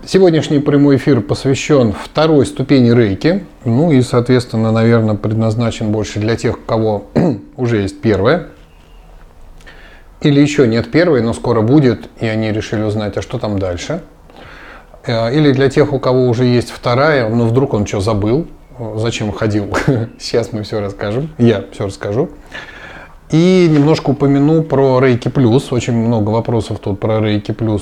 Сегодняшний прямой эфир посвящен второй ступени рейки. Ну и, соответственно, наверное, предназначен больше для тех, у кого уже есть первая. Или еще нет первой, но скоро будет, и они решили узнать, а что там дальше. Или для тех, у кого уже есть вторая, но вдруг он что забыл, зачем ходил. Сейчас мы все расскажем, я все расскажу. И немножко упомяну про Рейки Плюс. Очень много вопросов тут про Рейки Плюс.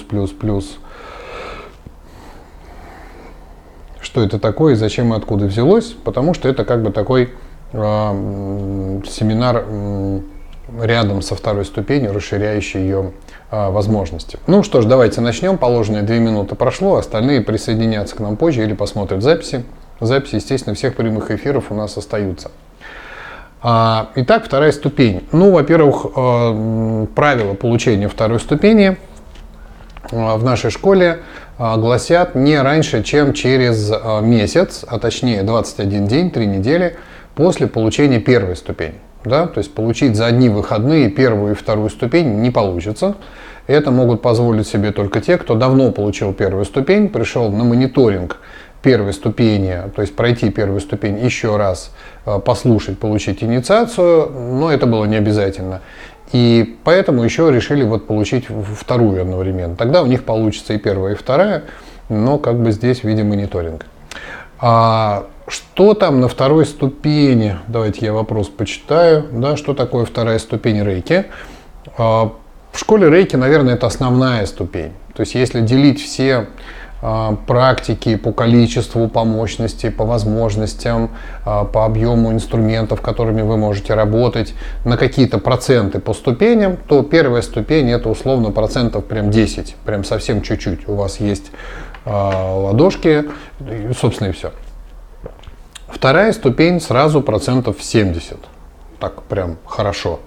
Что это такое и зачем и откуда взялось? Потому что это как бы такой семинар рядом со второй ступенью, расширяющий ее возможности. Ну что ж, давайте начнем. Положенные 2 минуты прошло, остальные присоединятся к нам позже или посмотрят записи. Записи, естественно, всех прямых эфиров у нас остаются. Итак, вторая ступень. Ну, во-первых, правила получения второй ступени в нашей школе гласят не раньше, чем через месяц, а точнее 21 день, 3 недели после получения первой ступени. Да? То есть получить за одни выходные первую и вторую ступень не получится. Это могут позволить себе только те, кто давно получил первую ступень, пришел на мониторинг первой ступени, то есть пройти первую ступень еще раз, послушать, получить инициацию, но это было не обязательно. И поэтому еще решили вот получить вторую одновременно. Тогда у них получится и первая, и вторая, но как бы здесь в виде мониторинга. Что там на второй ступени? Давайте я вопрос почитаю. Да, что такое вторая ступень рейки? В школе рейки, наверное, это основная ступень. То есть если делить все практики по количеству, по мощности, по возможностям, по объему инструментов, которыми вы можете работать, на какие-то проценты по ступеням, то первая ступень это условно процентов прям 10, прям совсем чуть-чуть. У вас есть ладошки, собственно и все. Вторая ступень сразу процентов 70, так прям хорошо.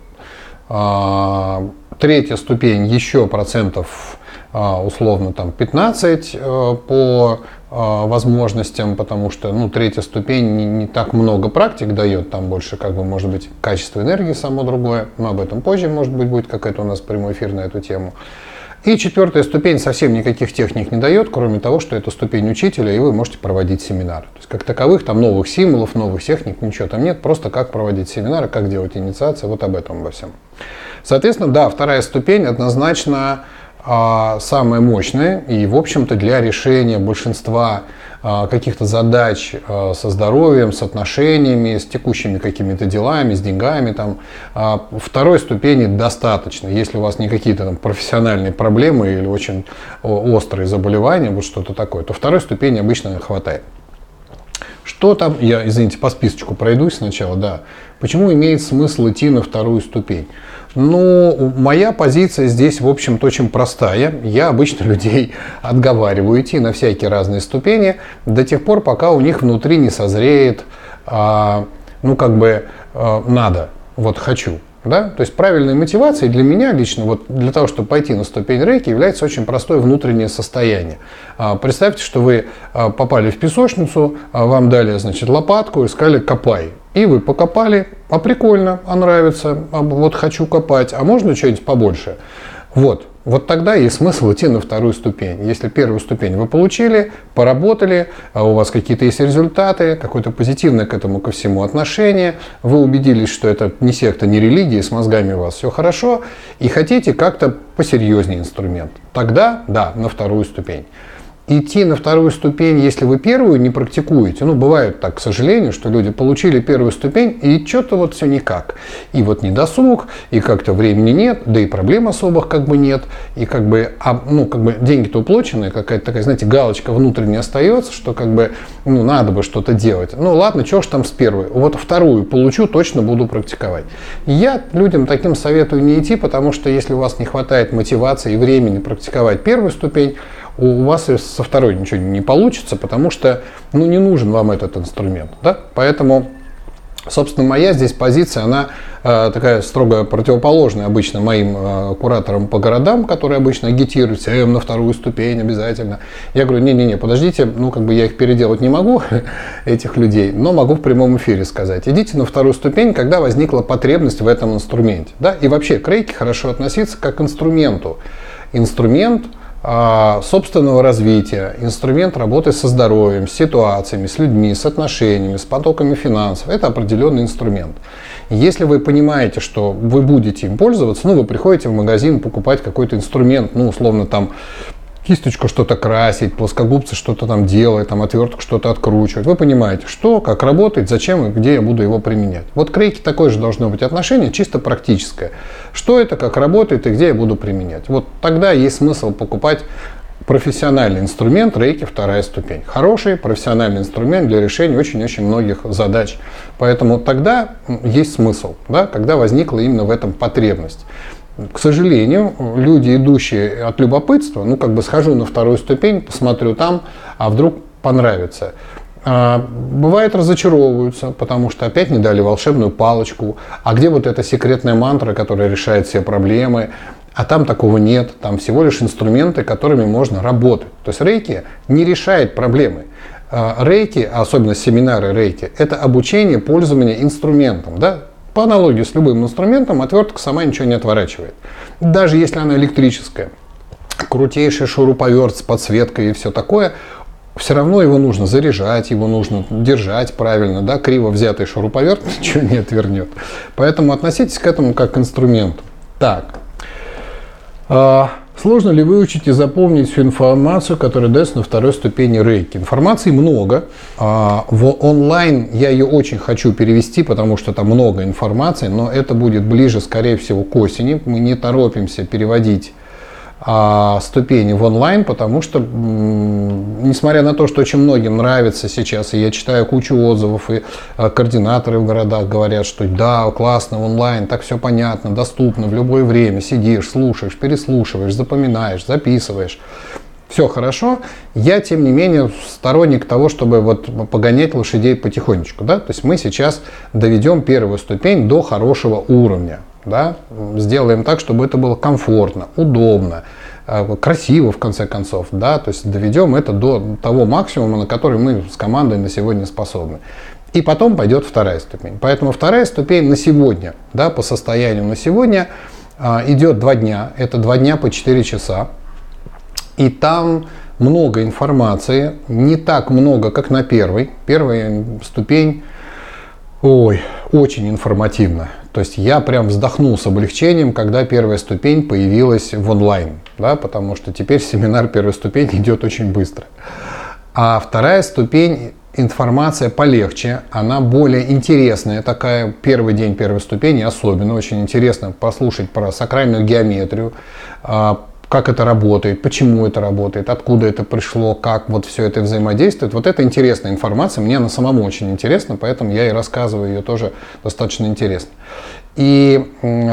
Третья ступень еще процентов условно там 15 по возможностям, потому что третья ступень не так много практик дает, там больше как бы может быть качество энергии само другое, но об этом позже может быть будет какой-то у нас прямой эфир на эту тему. И четвертая ступень совсем никаких техник не дает, кроме того, что это ступень учителя, и вы можете проводить семинары. То есть как таковых там новых символов, новых техник, ничего там нет, просто как проводить семинары, как делать инициации, вот об этом обо всем. Соответственно, да, вторая ступень однозначно самая мощная и, в общем-то, для решения большинства каких-то задач со здоровьем, с отношениями, с текущими какими-то делами, с деньгами, там, второй ступени достаточно. Если у вас не какие-то там профессиональные проблемы или очень острые заболевания, вот что-то такое, то второй ступени обычно хватает. Что там, я, извините, по списочку пройдусь сначала, да. Почему имеет смысл идти на вторую ступень? Ну, моя позиция здесь, в общем-то, очень простая. Я обычно людей отговариваю идти на всякие разные ступени до тех пор, пока у них внутри не созреет, надо, вот хочу. Да? То есть правильной мотивацией для меня лично, вот для того, чтобы пойти на ступень рейки, является очень простое внутреннее состояние. Представьте, что вы попали в песочницу, вам дали, значит, лопатку и сказали «копай». И вы покопали, а прикольно, а нравится, а вот хочу копать, а можно что-нибудь побольше? Вот тогда есть смысл идти на вторую ступень. Если первую ступень вы получили, поработали, а у вас какие-то есть результаты, какое-то позитивное к этому ко всему отношение, вы убедились, что это не секта, не религия, с мозгами у вас все хорошо, и хотите как-то посерьезнее инструмент, тогда, да, на вторую ступень. Идти на вторую ступень, если вы первую не практикуете, бывает так, к сожалению, что люди получили первую ступень и что-то вот все никак. И вот не досуг, и как-то времени нет, да и проблем особых как бы нет, и деньги-то уплоченные, какая-то такая, знаете, галочка внутренняя остается, что надо бы что-то делать. Ладно, что ж там с первой, вот вторую получу, точно буду практиковать. Я людям таким советую не идти, потому что если у вас не хватает мотивации и времени практиковать первую ступень, у вас и со второй ничего не получится, потому что не нужен вам этот инструмент. Да? Поэтому, собственно, моя здесь позиция, она такая строго противоположная обычно моим кураторам по городам, которые обычно агитируют всем на вторую ступень обязательно. Я говорю, не-не-не, подождите, я их переделать не могу, этих людей, но могу в прямом эфире сказать. Идите на вторую ступень, когда возникла потребность в этом инструменте. Да? И вообще к рейке хорошо относиться как к инструменту. Инструмент собственного развития, инструмент работы со здоровьем, с ситуациями, с людьми, с отношениями, с потоками финансов. Это определенный инструмент. Если вы понимаете, что вы будете им пользоваться, вы приходите в магазин покупать какой-то инструмент, условно там кисточку что-то красить, плоскогубцы что-то там делать, отвертку что-то откручивать. Вы понимаете, что, как работает, зачем и где я буду его применять. Вот к рейки такое же должно быть отношение, чисто практическое. Что это, как работает и где я буду применять. Вот тогда есть смысл покупать профессиональный инструмент рейки вторая ступень. Хороший профессиональный инструмент для решения очень-очень многих задач. Поэтому тогда есть смысл, когда возникла именно в этом потребность. К сожалению, люди, идущие от любопытства, схожу на вторую ступень, посмотрю там, а вдруг понравится. Бывает, разочаровываются, потому что опять не дали волшебную палочку. А где вот эта секретная мантра, которая решает все проблемы? А там такого нет. Там всего лишь инструменты, которыми можно работать. То есть рейки не решает проблемы. Рейки, особенно семинары рейки, это обучение пользования инструментом. По аналогии с любым инструментом, отвертка сама ничего не отворачивает. Даже если она электрическая, крутейший шуруповерт с подсветкой и все такое, все равно его нужно заряжать, его нужно держать правильно. Криво взятый шуруповерт ничего не отвернет. Поэтому относитесь к этому как к инструменту. Так. Сложно ли выучить и запомнить всю информацию, которая дается на второй ступени рейки? Информации много. В онлайн я ее очень хочу перевести, потому что там много информации, но это будет ближе, скорее всего, к осени. Мы не торопимся переводить ступени в онлайн, потому что, несмотря на то, что очень многим нравится сейчас, и я читаю кучу отзывов, и координаторы в городах говорят, что да, классно, онлайн, так все понятно, доступно в любое время, сидишь, слушаешь, переслушиваешь, запоминаешь, записываешь. Все хорошо, я, тем не менее, сторонник того, чтобы погонять лошадей потихонечку. То есть мы сейчас доведем первую ступень до хорошего уровня. Сделаем так, чтобы это было комфортно, удобно, красиво, в конце концов. То есть доведем это до того максимума, на который мы с командой на сегодня способны. И потом пойдет вторая ступень. Поэтому вторая ступень на сегодня, по состоянию на сегодня, идет 2 дня. Это 2 дня по 4 часа. И там много информации, не так много, как на первой. Первая ступень, очень информативно. То есть я прям вздохнул с облегчением, когда первая ступень появилась в онлайн, потому что теперь семинар первой ступени идет очень быстро. А вторая ступень, информация полегче, она более интересная такая. Первый день первой ступени особенно очень интересно послушать про сакральную геометрию, как это работает, почему это работает, откуда это пришло, как все это взаимодействует. Это интересная информация, мне она самому очень интересна, поэтому я и рассказываю ее тоже достаточно интересно. И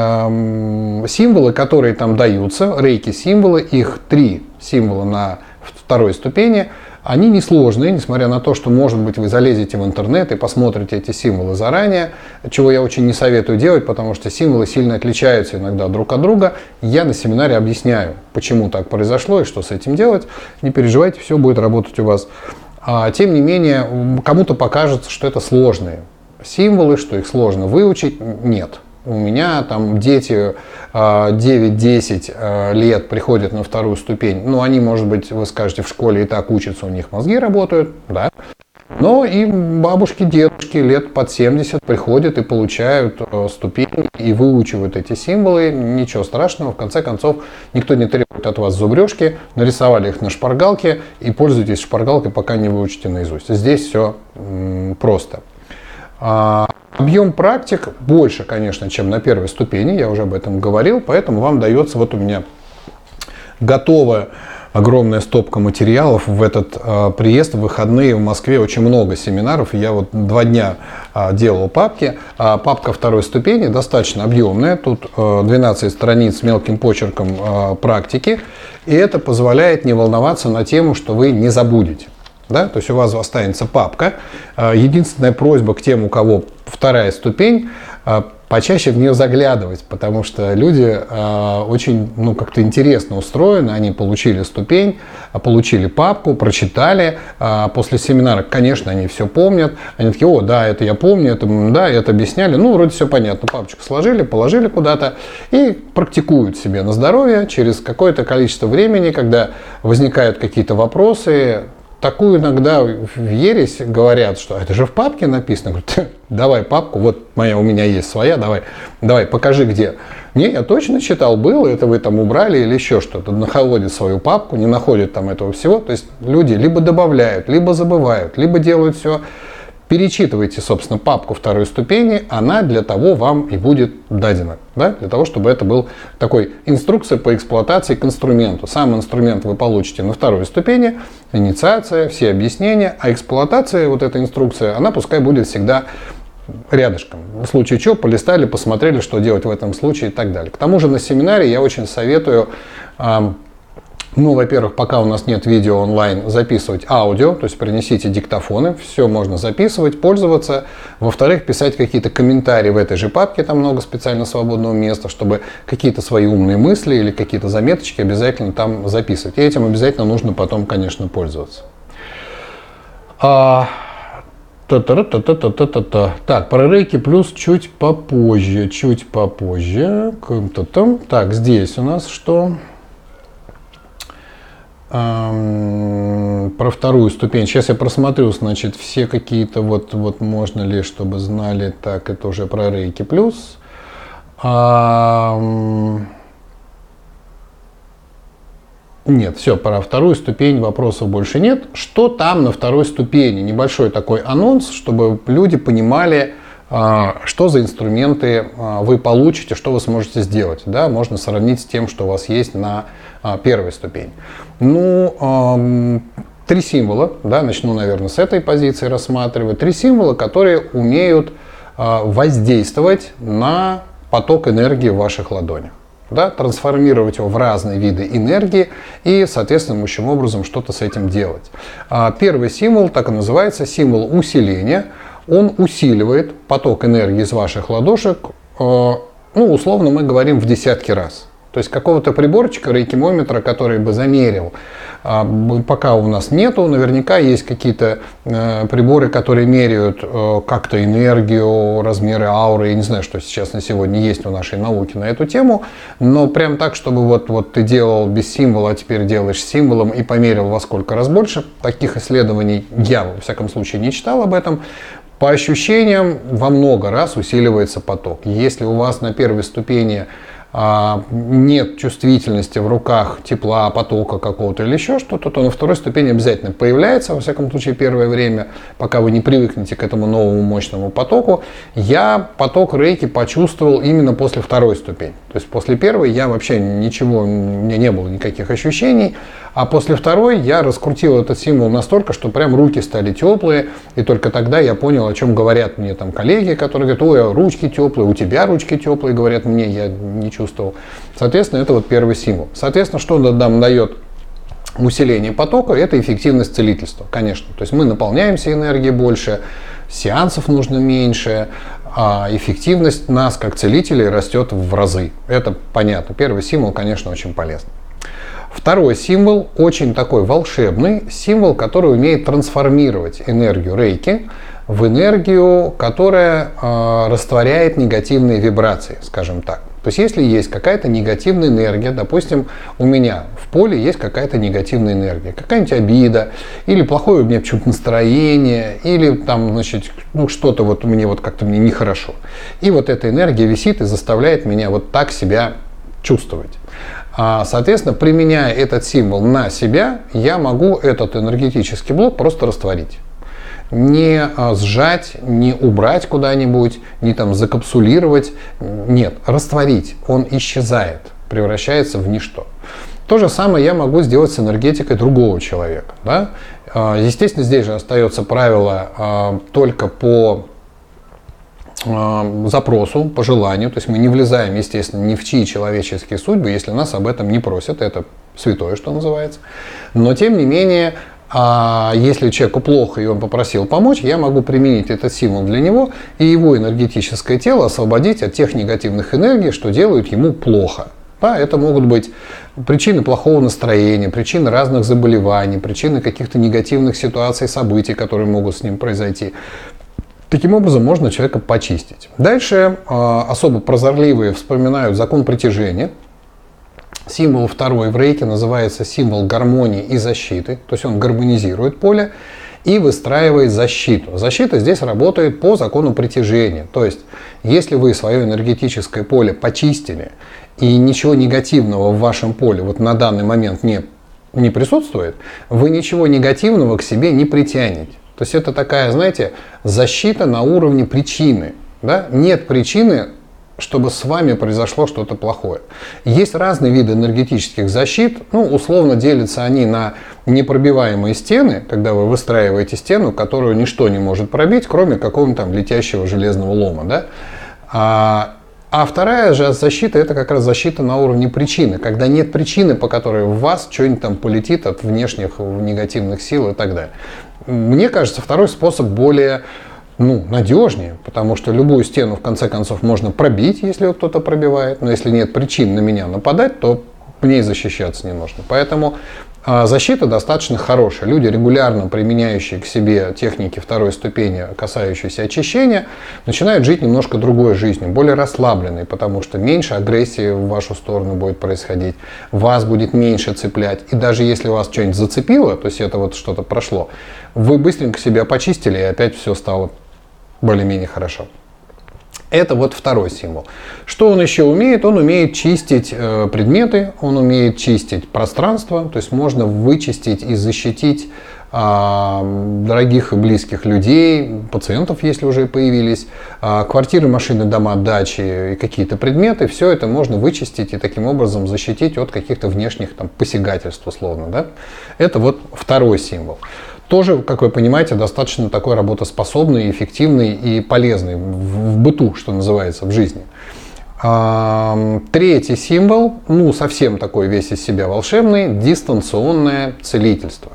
символы, которые там даются, рейки-символы, их 3 символа на второй ступени, они несложные, несмотря на то, что, может быть, вы залезете в интернет и посмотрите эти символы заранее, чего я очень не советую делать, потому что символы сильно отличаются иногда друг от друга. Я на семинаре объясняю, почему так произошло и что с этим делать. Не переживайте, все будет работать у вас. Тем не менее, кому-то покажется, что это сложные символы, что их сложно выучить. Нет. У меня там дети 9-10 лет приходят на вторую ступень. Они, может быть, вы скажете, в школе и так учатся, у них мозги работают, Но и бабушки, дедушки лет под 70 приходят и получают ступени и выучивают эти символы. Ничего страшного, в конце концов, никто не требует от вас зубрежки. Нарисовали их на шпаргалке и пользуйтесь шпаргалкой, пока не выучите наизусть. Здесь все просто. Объем практик больше, конечно, чем на первой ступени, я уже об этом говорил, поэтому вам дается, у меня готовая огромная стопка материалов в этот приезд, в выходные в Москве очень много семинаров, я 2 дня делал папки, папка второй ступени достаточно объемная, тут 12 страниц с мелким почерком практики, и это позволяет не волноваться на тему, что вы не забудете. То есть у вас останется папка. Единственная просьба к тем, у кого вторая ступень, почаще в нее заглядывать, потому что люди очень, как-то интересно устроены, они получили ступень, получили папку, прочитали, после семинара, конечно, они все помнят, они такие: о, да, это я помню, это объясняли, вроде все понятно, папочку сложили, положили куда-то и практикуют себе на здоровье. Через какое-то количество времени, когда возникают какие-то вопросы, такую иногда в ересь говорят, что это же в папке написано. Говорят: давай папку, вот моя, у меня есть своя, давай, покажи где. Не, я точно читал, было, это вы там убрали или еще что-то. Находят свою папку, не находят там этого всего. То есть люди либо добавляют, либо забывают, либо делают все. Перечитывайте, собственно, папку второй ступени, она для того вам и будет дадена, да? Для того, чтобы это был такой инструкция по эксплуатации к инструменту. Сам инструмент вы получите на второй ступени, инициация, все объяснения, а эксплуатация, вот эта инструкция, она пускай будет всегда рядышком. В случае чего полистали, посмотрели, что делать в этом случае и так далее. К тому же на семинаре я очень советую, во-первых, пока у нас нет видео онлайн, записывать аудио, то есть принесите диктофоны, все можно записывать, пользоваться. Во-вторых, писать какие-то комментарии в этой же папке, там много специально свободного места, чтобы какие-то свои умные мысли или какие-то заметочки обязательно там записывать. И этим обязательно нужно потом, конечно, пользоваться. Так, про рейки плюс чуть попозже. Так, здесь у нас что? Про вторую ступень. Сейчас я просмотрю, значит, все какие-то вот можно ли, чтобы знали. Так, это уже про рейки плюс. Нет, все, про вторую ступень вопросов больше нет. Что там на второй ступени? Небольшой такой анонс, чтобы люди понимали, что за инструменты вы получите, что вы сможете сделать. Да? Можно сравнить с тем, что у вас есть на первой ступени. 3 символа, да, начну, наверное, с этой позиции рассматривать. 3 символа, которые умеют воздействовать на поток энергии в ваших ладонях. Да, трансформировать его в разные виды энергии и, соответствующим образом, что-то с этим делать. Первый символ, так и называется, символ усиления. Он усиливает поток энергии из ваших ладошек, условно мы говорим, в десятки раз. То есть какого-то приборчика, рейкимометра, который бы замерил, пока у нас нету. Наверняка есть какие-то приборы, которые меряют как-то энергию, размеры ауры. Я не знаю, что сейчас на сегодня есть в нашей науке на эту тему. Но прям так, чтобы вот ты делал без символа, а теперь делаешь с символом и померил во сколько раз больше. Таких исследований я, во всяком случае, не читал об этом. По ощущениям, во много раз усиливается поток. Если у вас на первой ступени нет чувствительности в руках, тепла, потока какого-то или еще что-то, то на второй ступени обязательно появляется, во всяком случае, первое время, пока вы не привыкнете к этому новому мощному потоку. Я поток рейки почувствовал именно после второй ступени. То есть после первой я вообще ничего, у меня не было никаких ощущений, а после второй я раскрутил этот символ настолько, что прям руки стали теплые, и только тогда я понял, о чем говорят мне там коллеги, которые говорят: ой, ручки теплые, у тебя ручки теплые, говорят мне, я не чувствовал. Соответственно, это вот первый символ. Соответственно, что нам дает усиление потока? Это эффективность целительства, конечно. То есть мы наполняемся энергией больше, сеансов нужно меньше, а эффективность нас, как целителей, растет в разы. Это понятно. Первый символ, конечно, очень полезный. Второй символ очень такой волшебный, символ, который умеет трансформировать энергию рейки в энергию, которая растворяет негативные вибрации, скажем так. То есть если есть какая-то негативная энергия, допустим, у меня в поле есть какая-то негативная энергия, какая-нибудь обида, или плохое у меня почему-то настроение, или там, значит, что-то вот мне вот как-то мне нехорошо. И вот эта энергия висит и заставляет меня вот так себя чувствовать. Соответственно, применяя этот символ на себя, я могу этот энергетический блок просто растворить. Не сжать, не убрать куда-нибудь, не там закапсулировать. Нет, растворить. Он исчезает, превращается в ничто. То же самое я могу сделать с энергетикой другого человека. Да? Естественно, здесь же остается правило только по запросу, по желанию, то есть мы не влезаем, естественно, ни в чьи человеческие судьбы, если нас об этом не просят, это святое, что называется. Но, тем не менее, А если человеку плохо и он попросил помочь, я могу применить этот символ для него и его энергетическое тело освободить от тех негативных энергий, что делают ему плохо. Да, это могут быть причины плохого настроения, причины разных заболеваний, причины каких-то негативных ситуаций, событий, которые могут с ним произойти. Таким образом можно человека почистить. Дальше особо прозорливые вспоминают закон притяжения. Символ второй в рейке называется символ гармонии и защиты, то есть он гармонизирует поле и выстраивает защиту. Защита здесь работает по закону притяжения, то есть если вы свое энергетическое поле почистили и ничего негативного в вашем поле вот на данный момент не присутствует, вы ничего негативного к себе не притянете. То есть это такая, знаете, защита на уровне причины. Да? Нет причины, чтобы с вами произошло что-то плохое. Есть разные виды энергетических защит. Ну, условно делятся они на непробиваемые стены, когда вы выстраиваете стену, которую ничто не может пробить, кроме какого-нибудь там летящего железного лома. Да? А вторая же защита — это как раз защита на уровне причины, когда нет причины, по которой в вас что-нибудь там полетит от внешних негативных сил и так далее. Мне кажется, второй способ более надежнее, потому что любую стену в конце концов можно пробить, если ее кто-то пробивает, но если нет причин на меня нападать, то мне и защищаться не нужно. Поэтому защита достаточно хорошая. Люди, регулярно применяющие к себе техники второй ступени, касающиеся очищения, начинают жить немножко другой жизнью, более расслабленной, потому что меньше агрессии в вашу сторону будет происходить, вас будет меньше цеплять. И даже если вас что-нибудь зацепило, то есть это вот что-то прошло, вы быстренько себя почистили, и опять все стало более-менее хорошо. Это вот второй символ. Что он еще умеет? Он умеет чистить предметы, он умеет чистить пространство, то есть можно вычистить и защитить дорогих и близких людей, пациентов, если уже появились, квартиры, машины, дома, дачи и какие-то предметы. Все это можно вычистить и таким образом защитить от каких-то внешних там посягательств, условно. Да? Это вот второй символ. Тоже, как вы понимаете, достаточно такой работоспособный, эффективный и полезный в быту, что называется, в жизни. Третий символ, совсем такой весь из себя волшебный, дистанционное целительство.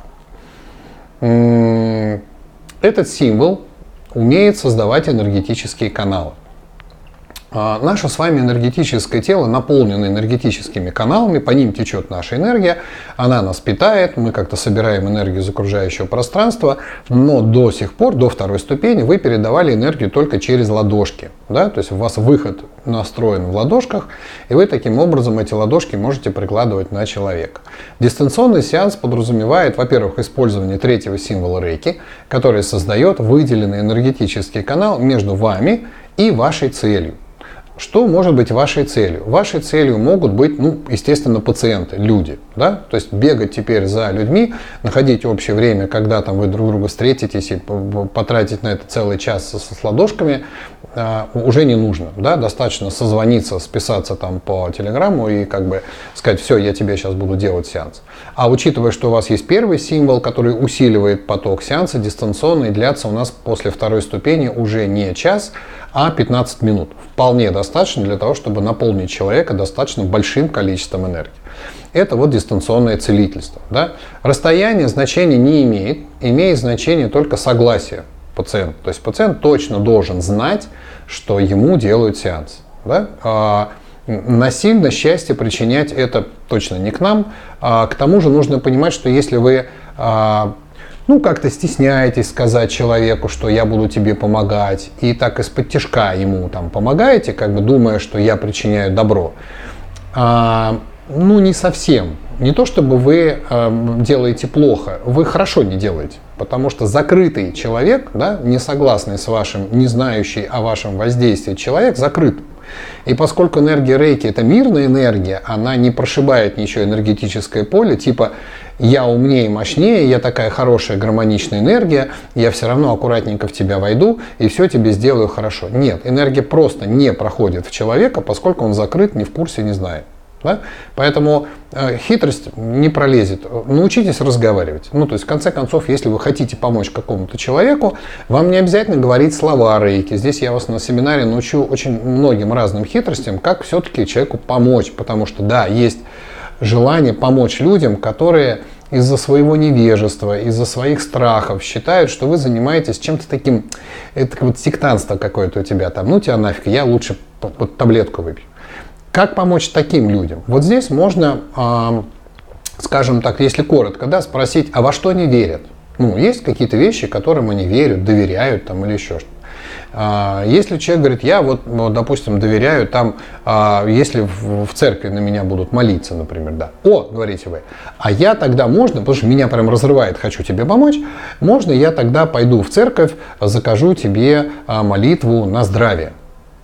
Этот символ умеет создавать энергетические каналы. Наше с вами энергетическое тело наполнено энергетическими каналами, по ним течет наша энергия, она нас питает, мы как-то собираем энергию из окружающего пространства, но до сих пор, до второй ступени, вы передавали энергию только через ладошки. Да? То есть у вас выход настроен в ладошках, и вы таким образом эти ладошки можете прикладывать на человека. Дистанционный сеанс подразумевает, во-первых, использование третьего символа рейки, который создает выделенный энергетический канал между вами и вашей целью. Что может быть вашей целью? Вашей целью могут быть, естественно, пациенты, люди. Да? То есть бегать теперь за людьми, находить общее время, когда там вы друг друга встретитесь и потратить на это целый час с ладошками, уже не нужно. Да? Достаточно созвониться, списаться там по телеграмму и сказать: все, я тебе сейчас буду делать сеанс. А учитывая, что у вас есть первый символ, который усиливает поток, сеанса дистанционные длятся у нас после второй ступени уже не час, а 15 минут. Вполне достаточно для того, чтобы наполнить человека достаточно большим количеством энергии. Это вот дистанционное целительство. Да? Расстояние значения не имеет, имеет значение только согласие пациента. То есть пациент точно должен знать, что ему делают сеанс. Да? Насильно счастье причинять это точно не к нам. К тому же нужно понимать, что если вы как-то стесняетесь сказать человеку, что я буду тебе помогать, и так из-под тишка ему там помогаете, думая, что я причиняю добро, не совсем. Не то чтобы вы делаете плохо, вы хорошо не делаете. Потому что закрытый человек, да, не согласный с вашим, не знающий о вашем воздействии человек, закрыт. И поскольку энергия рейки — это мирная энергия, она не прошибает ничего энергетическое поле, типа я умнее, мощнее, я такая хорошая гармоничная энергия, я все равно аккуратненько в тебя войду и все тебе сделаю хорошо. Нет, энергия просто не проходит в человека, поскольку он закрыт, не в курсе, не знает. Да? Поэтому хитрость не пролезет. Научитесь разговаривать. То есть, в конце концов, если вы хотите помочь какому-то человеку, вам не обязательно говорить слова рейки. Здесь я вас на семинаре научу очень многим разным хитростям, как все-таки человеку помочь. Потому что, да, есть желание помочь людям, которые из-за своего невежества, из-за своих страхов считают, что вы занимаетесь чем-то таким, это вот сектантство какое-то у тебя там, ну тебя нафиг, я лучше вот таблетку выпью. Как помочь таким людям? Вот здесь можно, скажем так, если коротко, да, спросить, а во что они верят? Ну, есть какие-то вещи, которым они верят, доверяют там, или еще что-то. Если человек говорит, я вот, допустим, доверяю там, если в церкви на меня будут молиться, например, да. О, говорите вы, а я тогда можно, потому что меня прям разрывает, хочу тебе помочь, можно я тогда пойду в церковь, закажу тебе молитву на здравие?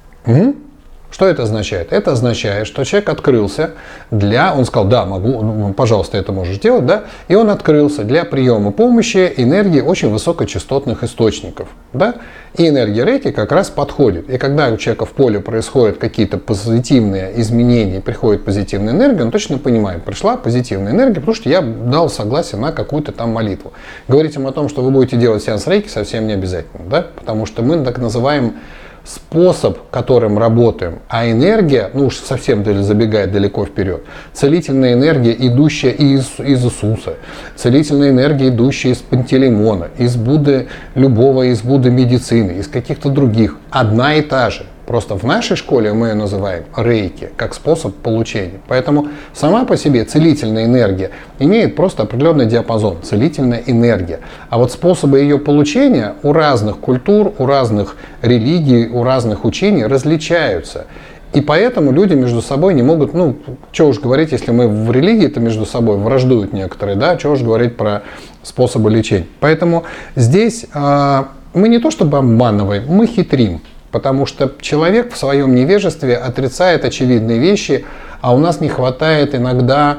Что это означает? Это означает, что человек открылся он сказал, да, могу, пожалуйста, это можешь делать, да, и он открылся для приема помощи энергии очень высокочастотных источников, да, и энергия рейки как раз подходит. И когда у человека в поле происходят какие-то позитивные изменения, приходит позитивная энергия, он точно понимает, пришла позитивная энергия, потому что я дал согласие на какую-то там молитву. Говорить им о том, что вы будете делать сеанс рейки, совсем не обязательно, да, потому что мы так называем способ, которым работаем, а энергия, ну уж совсем забегает далеко вперед, целительная энергия, идущая из Иисуса, целительная энергия, идущая из Пантелеймона, из Будды любого, из Будды медицины, из каких-то других, одна и та же. Просто в нашей школе мы ее называем рейки, как способ получения. Поэтому сама по себе целительная энергия имеет просто определенный диапазон, целительная энергия. А вот способы ее получения у разных культур, у разных религий, у разных учений различаются. И поэтому люди между собой не могут, ну, что уж говорить, если мы в религии-то между собой враждуют некоторые, да, что уж говорить про способы лечения. Поэтому здесь мы не то чтобы обманываем, мы хитрим. Потому что человек в своем невежестве отрицает очевидные вещи, а у нас не хватает иногда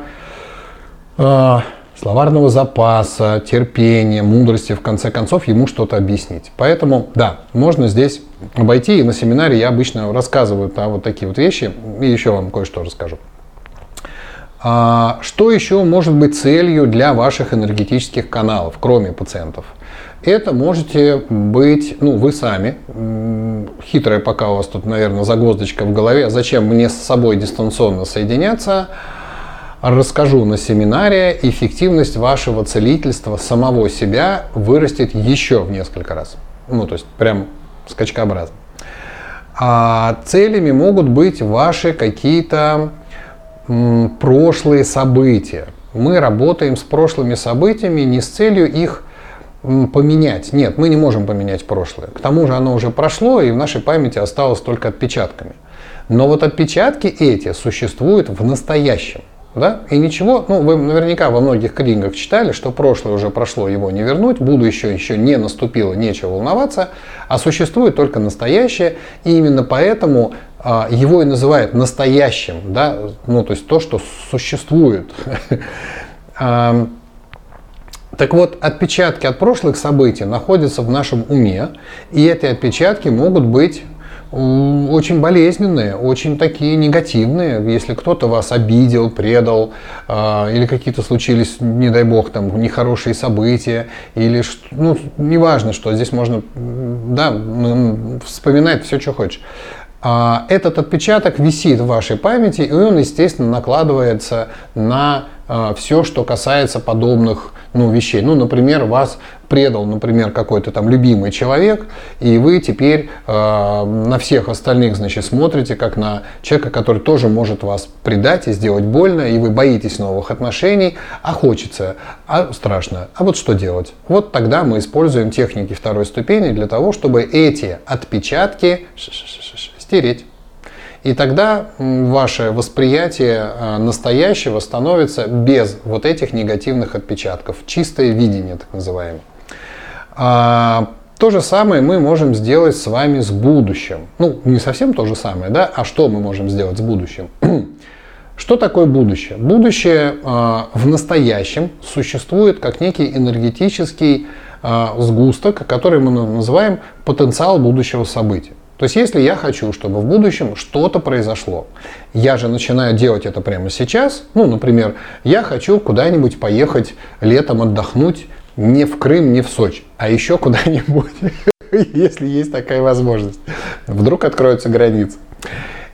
словарного запаса, терпения, мудрости, в конце концов, ему что-то объяснить. Поэтому, да, можно здесь обойти, и на семинаре я обычно рассказываю вот такие вот вещи, и еще вам кое-что расскажу. Что еще может быть целью для ваших энергетических каналов, кроме пациентов? Это можете быть, ну, вы сами, хитрая пока у вас тут, наверное, загвоздочка в голове, зачем мне с собой дистанционно соединяться, расскажу на семинаре, эффективность вашего целительства самого себя вырастет еще в несколько раз. Ну, то есть, прям скачкообразно. А целями могут быть ваши какие-то прошлые события. Мы работаем с прошлыми событиями не с целью их поменять. Нет, мы не можем поменять прошлое. К тому же оно уже прошло, и в нашей памяти осталось только отпечатками. Но вот отпечатки эти существуют в настоящем. Да? И ничего, ну вы наверняка во многих книгах читали, что прошлое уже прошло, его не вернуть, будущее еще не наступило, нечего волноваться, а существует только настоящее, и именно поэтому его и называют настоящим, да? Ну, то есть то, что существует. Так вот, отпечатки от прошлых событий находятся в нашем уме, и эти отпечатки могут быть очень болезненные, очень такие негативные. Если кто-то вас обидел, предал, или какие-то случились, не дай бог, там нехорошие события, или, ну, неважно что, здесь можно, да, вспоминать все, что хочешь. Этот отпечаток висит в вашей памяти, и он, естественно, накладывается на все, что касается подобных, ну, вещей. Ну, например, вас предал, например, какой-то там любимый человек, и вы теперь на всех остальных, значит, смотрите, как на человека, который тоже может вас предать и сделать больно, и вы боитесь новых отношений, а хочется, а страшно. А вот что делать? Вот тогда мы используем техники второй ступени для того, чтобы эти отпечатки стереть. И тогда ваше восприятие настоящего становится без вот этих негативных отпечатков. Чистое видение, так называемое. То же самое мы можем сделать с вами с будущим. Ну, не совсем то же самое, да? А что мы можем сделать с будущим? Что такое будущее? Будущее в настоящем существует как некий энергетический сгусток, который мы называем потенциал будущего события. То есть, если я хочу, чтобы в будущем что-то произошло, я же начинаю делать это прямо сейчас. Ну, например, я хочу куда-нибудь поехать летом отдохнуть не в Крым, не в Сочи, а еще куда-нибудь, если есть такая возможность. Вдруг откроются границы.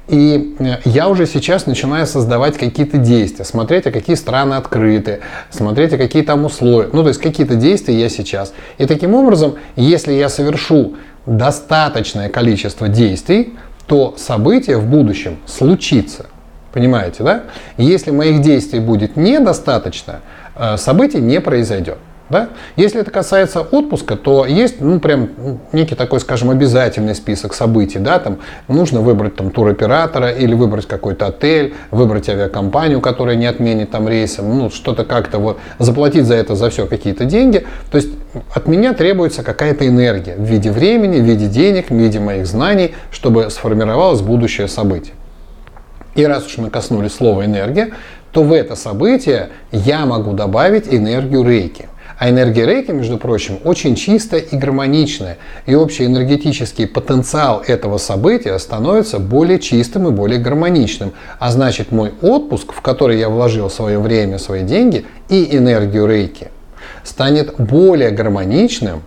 И я уже сейчас начинаю создавать какие-то действия, смотреть, а какие страны открыты, смотреть, а какие там условия. Ну, то есть какие-то действия я сейчас. И таким образом, если я совершу достаточное количество действий, то событие в будущем случится. Понимаете, да? Если моих действий будет недостаточно, событие не произойдет. Да? Если это касается отпуска, то есть некий такой, скажем, обязательный список событий. Да? Там нужно выбрать там, туроператора или выбрать какой-то отель, выбрать авиакомпанию, которая не отменит там рейсы, что-то как-то вот заплатить за это, за все какие-то деньги. То есть от меня требуется какая-то энергия в виде времени, в виде денег, в виде моих знаний, чтобы сформировалось будущее событие. И раз уж мы коснулись слова «энергия», то в это событие я могу добавить энергию рейки. А энергия рейки, между прочим, очень чистая и гармоничная. И общий энергетический потенциал этого события становится более чистым и более гармоничным. А значит, мой отпуск, в который я вложил свое время, свои деньги и энергию рейки, станет более гармоничным,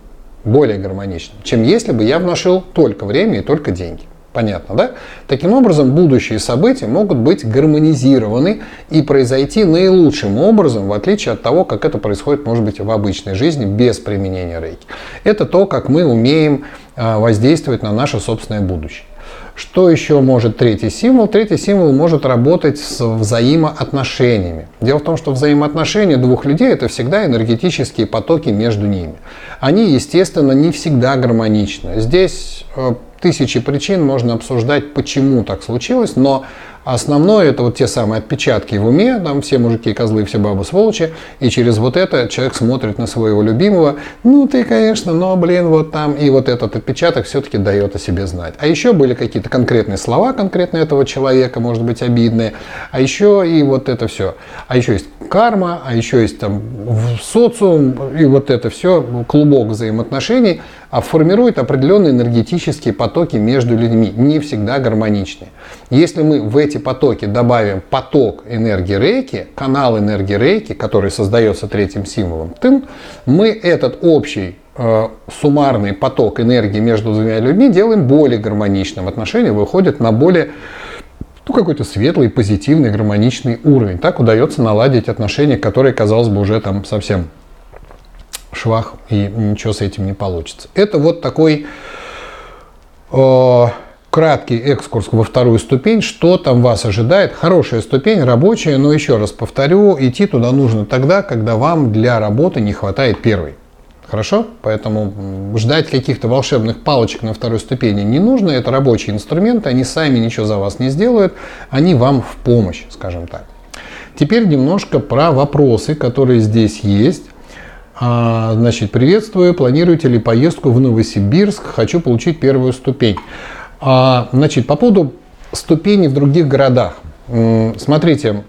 чем если бы я вложил только время и только деньги. Понятно, да? Таким образом, будущие события могут быть гармонизированы и произойти наилучшим образом, в отличие от того, как это происходит, может быть, в обычной жизни без применения рейки. Это то, как мы умеем воздействовать на наше собственное будущее. Что еще может третий символ? Третий символ может работать с взаимоотношениями. Дело в том, что взаимоотношения двух людей – это всегда энергетические потоки между ними. Они, естественно, не всегда гармоничны. Здесь тысячи причин можно обсуждать, почему так случилось, но основное это вот те самые отпечатки в уме, там все мужики козлы, все бабы сволочи, и через вот это человек смотрит на своего любимого, ты, конечно, но, вот там, и вот этот отпечаток все-таки дает о себе знать. А еще были какие-то конкретные слова конкретно этого человека, может быть, обидные, а еще и вот это все. А еще есть карма, а еще есть там социум, и вот это все, клубок взаимоотношений, формирует определенные энергетические потоки между людьми, не всегда гармоничные. Если мы в эти потоки добавим поток энергии рейки, канал энергии рейки, который создается третьим символом, мы этот общий суммарный поток энергии между двумя людьми делаем более гармоничным. Отношения выходят на более какой-то светлый, позитивный, гармоничный уровень. Так удается наладить отношения, которые, казалось бы, уже там совсем швах, и ничего с этим не получится. Это вот такой краткий экскурс во вторую ступень, что там вас ожидает. Хорошая ступень, рабочая, но еще раз повторю, идти туда нужно тогда, когда вам для работы не хватает первой. Хорошо? Поэтому ждать каких-то волшебных палочек на второй ступени не нужно. Это рабочие инструменты, они сами ничего за вас не сделают, они вам в помощь, скажем так. Теперь немножко про вопросы, которые здесь есть. Значит, приветствую, планируете ли поездку в Новосибирск? Хочу получить первую ступень. Значит, по поводу ступеней в других городах. Смотрите,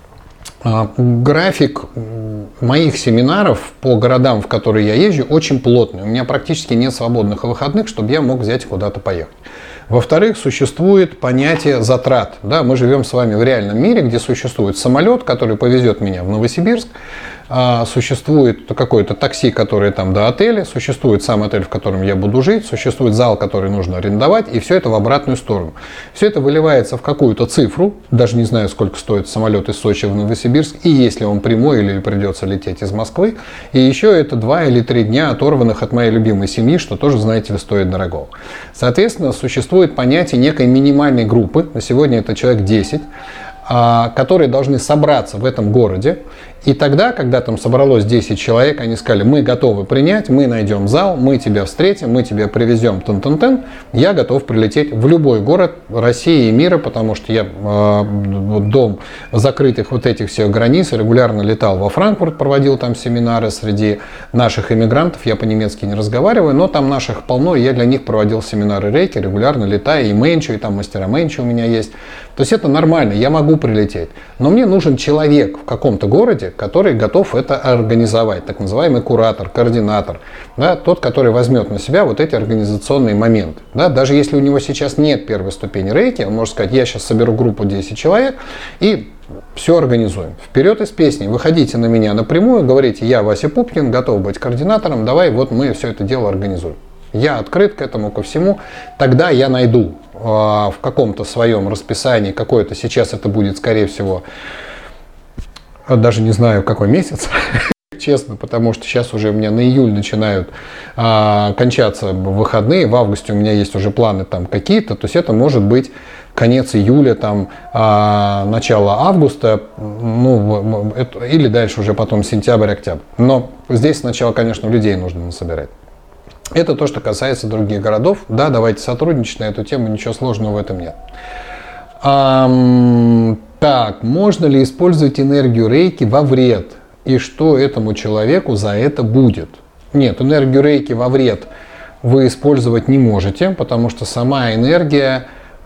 график моих семинаров по городам, в которые я езжу, очень плотный. У меня практически нет свободных выходных, чтобы я мог взять куда-то поехать. Во-вторых, существует понятие затрат. Да, мы живем с вами в реальном мире, где существует самолет, который повезет меня в Новосибирск, существует какое-то такси, которое там до отеля, существует сам отель, в котором я буду жить, существует зал, который нужно арендовать, и все это в обратную сторону. Все это выливается в какую-то цифру, даже не знаю, сколько стоит самолет из Сочи в Новосибирск, и если он прямой или придется лететь из Москвы, и еще это 2 или 3 дня оторванных от моей любимой семьи, что тоже, знаете ли, стоит дорого. Соответственно, существует понятие некой минимальной группы, на сегодня это человек 10, которые должны собраться в этом городе. И тогда, когда там собралось 10 человек, они сказали, мы готовы принять, мы найдем зал, мы тебя встретим, мы тебя привезем, я готов прилететь в любой город России и мира, потому что я до закрытых вот этих всех границ регулярно летал во Франкфурт, проводил там семинары среди наших иммигрантов, я по-немецки не разговариваю, но там наших полно, и я для них проводил семинары рейки, регулярно летая, и менчу, и там мастера менчу у меня есть. То есть это нормально, я могу прилететь, но мне нужен человек в каком-то городе, который готов это организовать, так называемый куратор, координатор, да, тот, который возьмет на себя вот эти организационные моменты. Да, даже если у него сейчас нет первой ступени рейки, он может сказать, я сейчас соберу группу 10 человек и все организуем. Вперед из песни, выходите на меня напрямую, говорите, я Вася Пупкин, готов быть координатором, давай вот мы все это дело организуем. Я открыт к этому, ко всему. Тогда я найду в каком-то своем расписании какое-то, сейчас это будет, скорее всего, даже не знаю, какой месяц, честно, потому что сейчас уже у меня на июль начинают кончаться выходные, в августе у меня есть уже планы там какие-то, то есть это может быть конец июля, там, начало августа, ну, или дальше уже потом сентябрь, октябрь. Но здесь сначала, конечно, людей нужно насобирать. Это то, что касается других городов. Да, давайте сотрудничать на эту тему, ничего сложного в этом нет. Так, можно ли использовать энергию рейки во вред? И что этому человеку за это будет? Нет, энергию рейки во вред вы использовать не можете, потому что сама энергия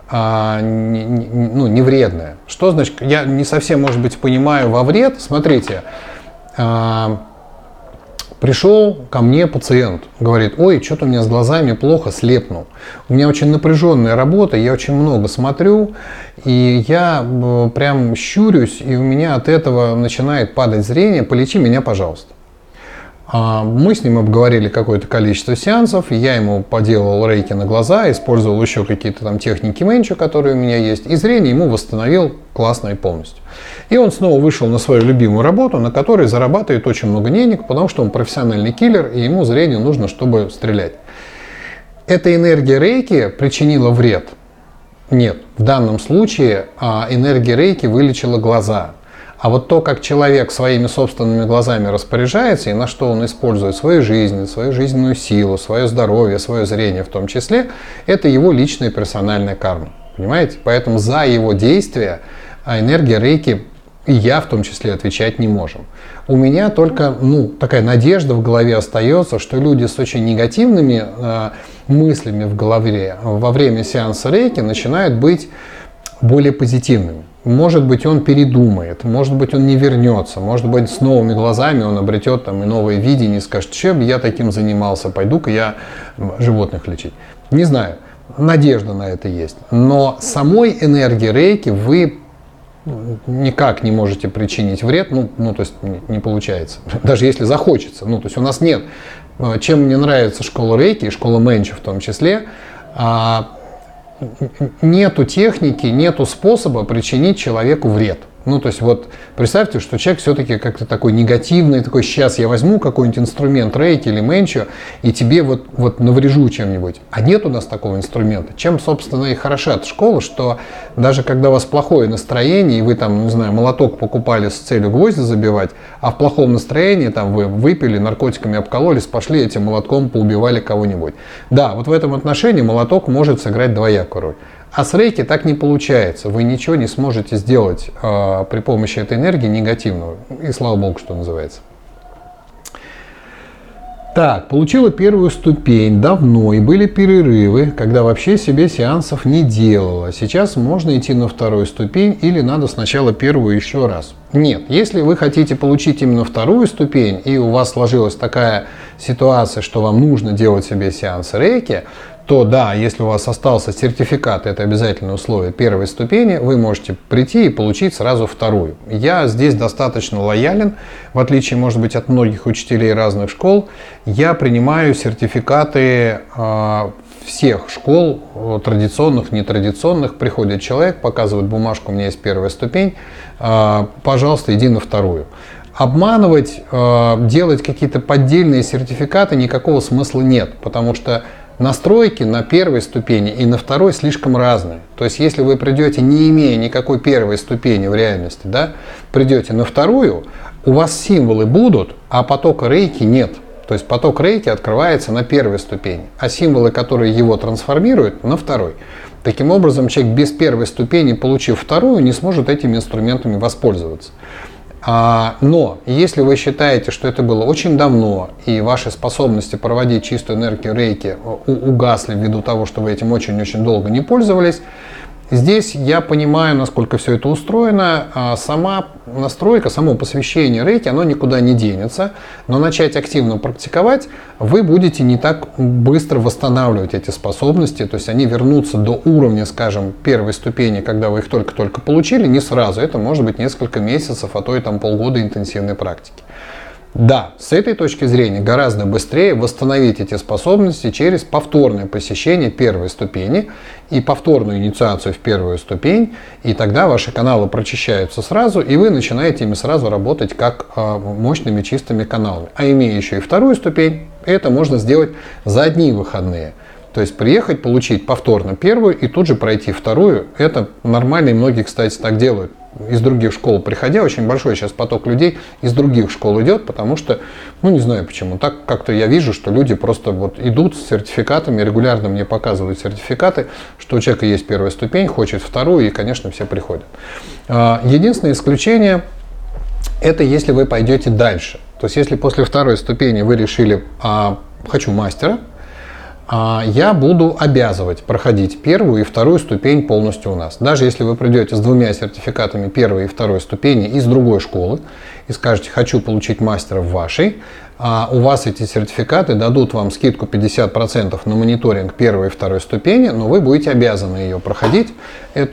не вредная. Что значит? Я не совсем, может быть, понимаю во вред. Смотрите, пришел ко мне пациент, говорит: ой, что-то у меня с глазами плохо, слепнул. У меня очень напряженная работа, я очень много смотрю, и я прям щурюсь, и у меня от этого начинает падать зрение, полечи меня, пожалуйста. Мы с ним обговорили какое-то количество сеансов, я ему поделал рейки на глаза, использовал еще какие-то там техники менчу, которые у меня есть, и зрение ему восстановил классно и полностью. И он снова вышел на свою любимую работу, на которой зарабатывает очень много денег, потому что он профессиональный киллер, и ему зрение нужно, чтобы стрелять. Эта энергия рейки причинила вред? Нет. В данном случае энергия рейки вылечила глаза. А вот то, как человек своими собственными глазами распоряжается и на что он использует свою жизнь, свою жизненную силу, свое здоровье, свое зрение в том числе, это его личная персональная карма. Понимаете? Поэтому за его действия энергия рейки и я в том числе отвечать не можем. У меня только такая надежда в голове остается, что люди с очень негативными мыслями в голове во время сеанса рейки начинают быть более позитивными. Может быть, он передумает, может быть, он не вернется, может быть, с новыми глазами он обретет там и новое видение и скажет: чем я таким занимался, пойду-ка я животных лечить. Не знаю, надежда на это есть. Но самой энергии рейки вы никак не можете причинить вред, то есть не получается, даже если захочется. То есть у нас нет, чем мне нравится школа рейки и школа менчу в том числе, нету техники, нету способа причинить человеку вред. То есть вот представьте, что человек все-таки как-то такой негативный, такой: сейчас я возьму какой-нибудь инструмент рейки или менчу и тебе вот наврежу чем-нибудь. А нет у нас такого инструмента. Чем, собственно, и хороша эта школа, что даже когда у вас плохое настроение, и вы там, не знаю, молоток покупали с целью гвозди забивать, а в плохом настроении там вы выпили, наркотиками обкололись, пошли этим молотком поубивали кого-нибудь. Да, вот в этом отношении молоток может сыграть двоякую роль. А с рейки так не получается. Вы ничего не сможете сделать при помощи этой энергии негативного. И слава богу, что называется. Так, получила первую ступень давно, и были перерывы, когда вообще себе сеансов не делала. Сейчас можно идти на вторую ступень или надо сначала первую еще раз? Нет, если вы хотите получить именно вторую ступень, и у вас сложилась такая ситуация, что вам нужно делать себе сеансы рейки, то да, если у вас остался сертификат, это обязательное условие первой ступени, вы можете прийти и получить сразу вторую. Я здесь достаточно лоялен, в отличие, может быть, от многих учителей разных школ. Я принимаю сертификаты всех школ, традиционных, нетрадиционных. Приходит человек, показывает бумажку: у меня есть первая ступень, пожалуйста, иди на вторую. Обманывать, делать какие-то поддельные сертификаты никакого смысла нет, потому что настройки на первой ступени и на второй слишком разные. То есть, если вы придете, не имея никакой первой ступени в реальности, придете на вторую, у вас символы будут, а потока рейки нет. То есть, поток рейки открывается на первой ступени, а символы, которые его трансформируют, на второй. Таким образом, человек без первой ступени, получив вторую, не сможет этими инструментами воспользоваться. Но если вы считаете, что это было очень давно, и ваши способности проводить чистую энергию рейки угасли ввиду того, что вы этим очень-очень долго не пользовались, здесь я понимаю, насколько все это устроено. Сама настройка, само посвящение рейки, оно никуда не денется, но начать активно практиковать вы будете не так быстро восстанавливать эти способности, то есть они вернутся до уровня, скажем, первой ступени, когда вы их только-только получили, не сразу, это может быть несколько месяцев, а то и там полгода интенсивной практики. Да, с этой точки зрения гораздо быстрее восстановить эти способности через повторное посещение первой ступени и повторную инициацию в первую ступень, и тогда ваши каналы прочищаются сразу, и вы начинаете ими сразу работать как мощными чистыми каналами. А имея еще и вторую ступень, это можно сделать за одни выходные. То есть приехать, получить повторно первую и тут же пройти вторую. Это нормально, и многие, кстати, так делают. Из других школ приходя, очень большой сейчас поток людей из других школ идет, потому что, ну не знаю почему, так как-то я вижу, что люди просто вот идут с сертификатами, регулярно мне показывают сертификаты, что у человека есть первая ступень, хочет вторую, и, конечно, все приходят. Единственное исключение – это если вы пойдете дальше. То есть если после второй ступени вы решили «хочу мастера», я буду обязывать проходить первую и вторую ступень полностью у нас. Даже если вы придете с двумя сертификатами первой и второй ступени из другой школы и скажете «хочу получить мастера в вашей», у вас эти сертификаты дадут вам скидку 50% на мониторинг первой и второй ступени, но вы будете обязаны ее проходить, эти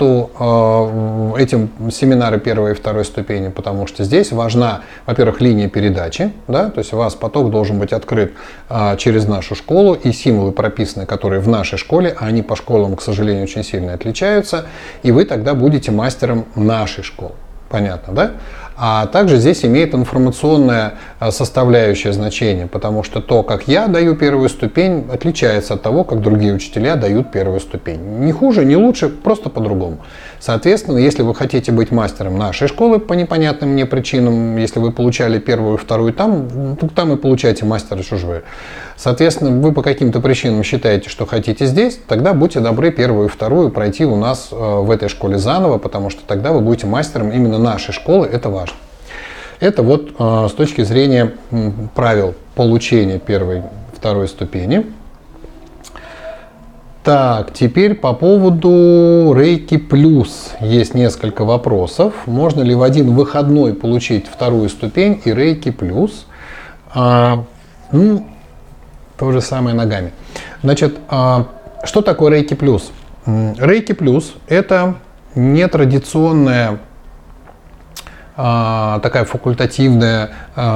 семинары первой и второй ступени, потому что здесь важна, во-первых, линия передачи, да, то есть у вас поток должен быть открыт через нашу школу, и символы прописаны, которые в нашей школе, а они по школам, к сожалению, очень сильно отличаются, и вы тогда будете мастером нашей школы. Понятно, да? А также здесь имеет информационное составляющее значение, потому что то, как я даю первую ступень, отличается от того, как другие учителя дают первую ступень. Не хуже, не лучше, просто по-другому. Соответственно, если вы хотите быть мастером нашей школы по непонятным мне причинам, если вы получали первую и вторую там, то там и получаете мастера чужой. Соответственно, вы по каким-то причинам считаете, что хотите здесь, тогда будьте добры первую и вторую пройти у нас в этой школе заново, потому что тогда вы будете мастером именно нашей школы, это важно. Это вот с точки зрения правил получения первой и второй ступени. Так, теперь по поводу Reiki Plus есть несколько вопросов. Можно ли в один выходной получить вторую ступень и Reiki Plus? То же самое ногами. Значит, что такое Reiki Plus? Reiki Plus – это нетрадиционная, такая факультативная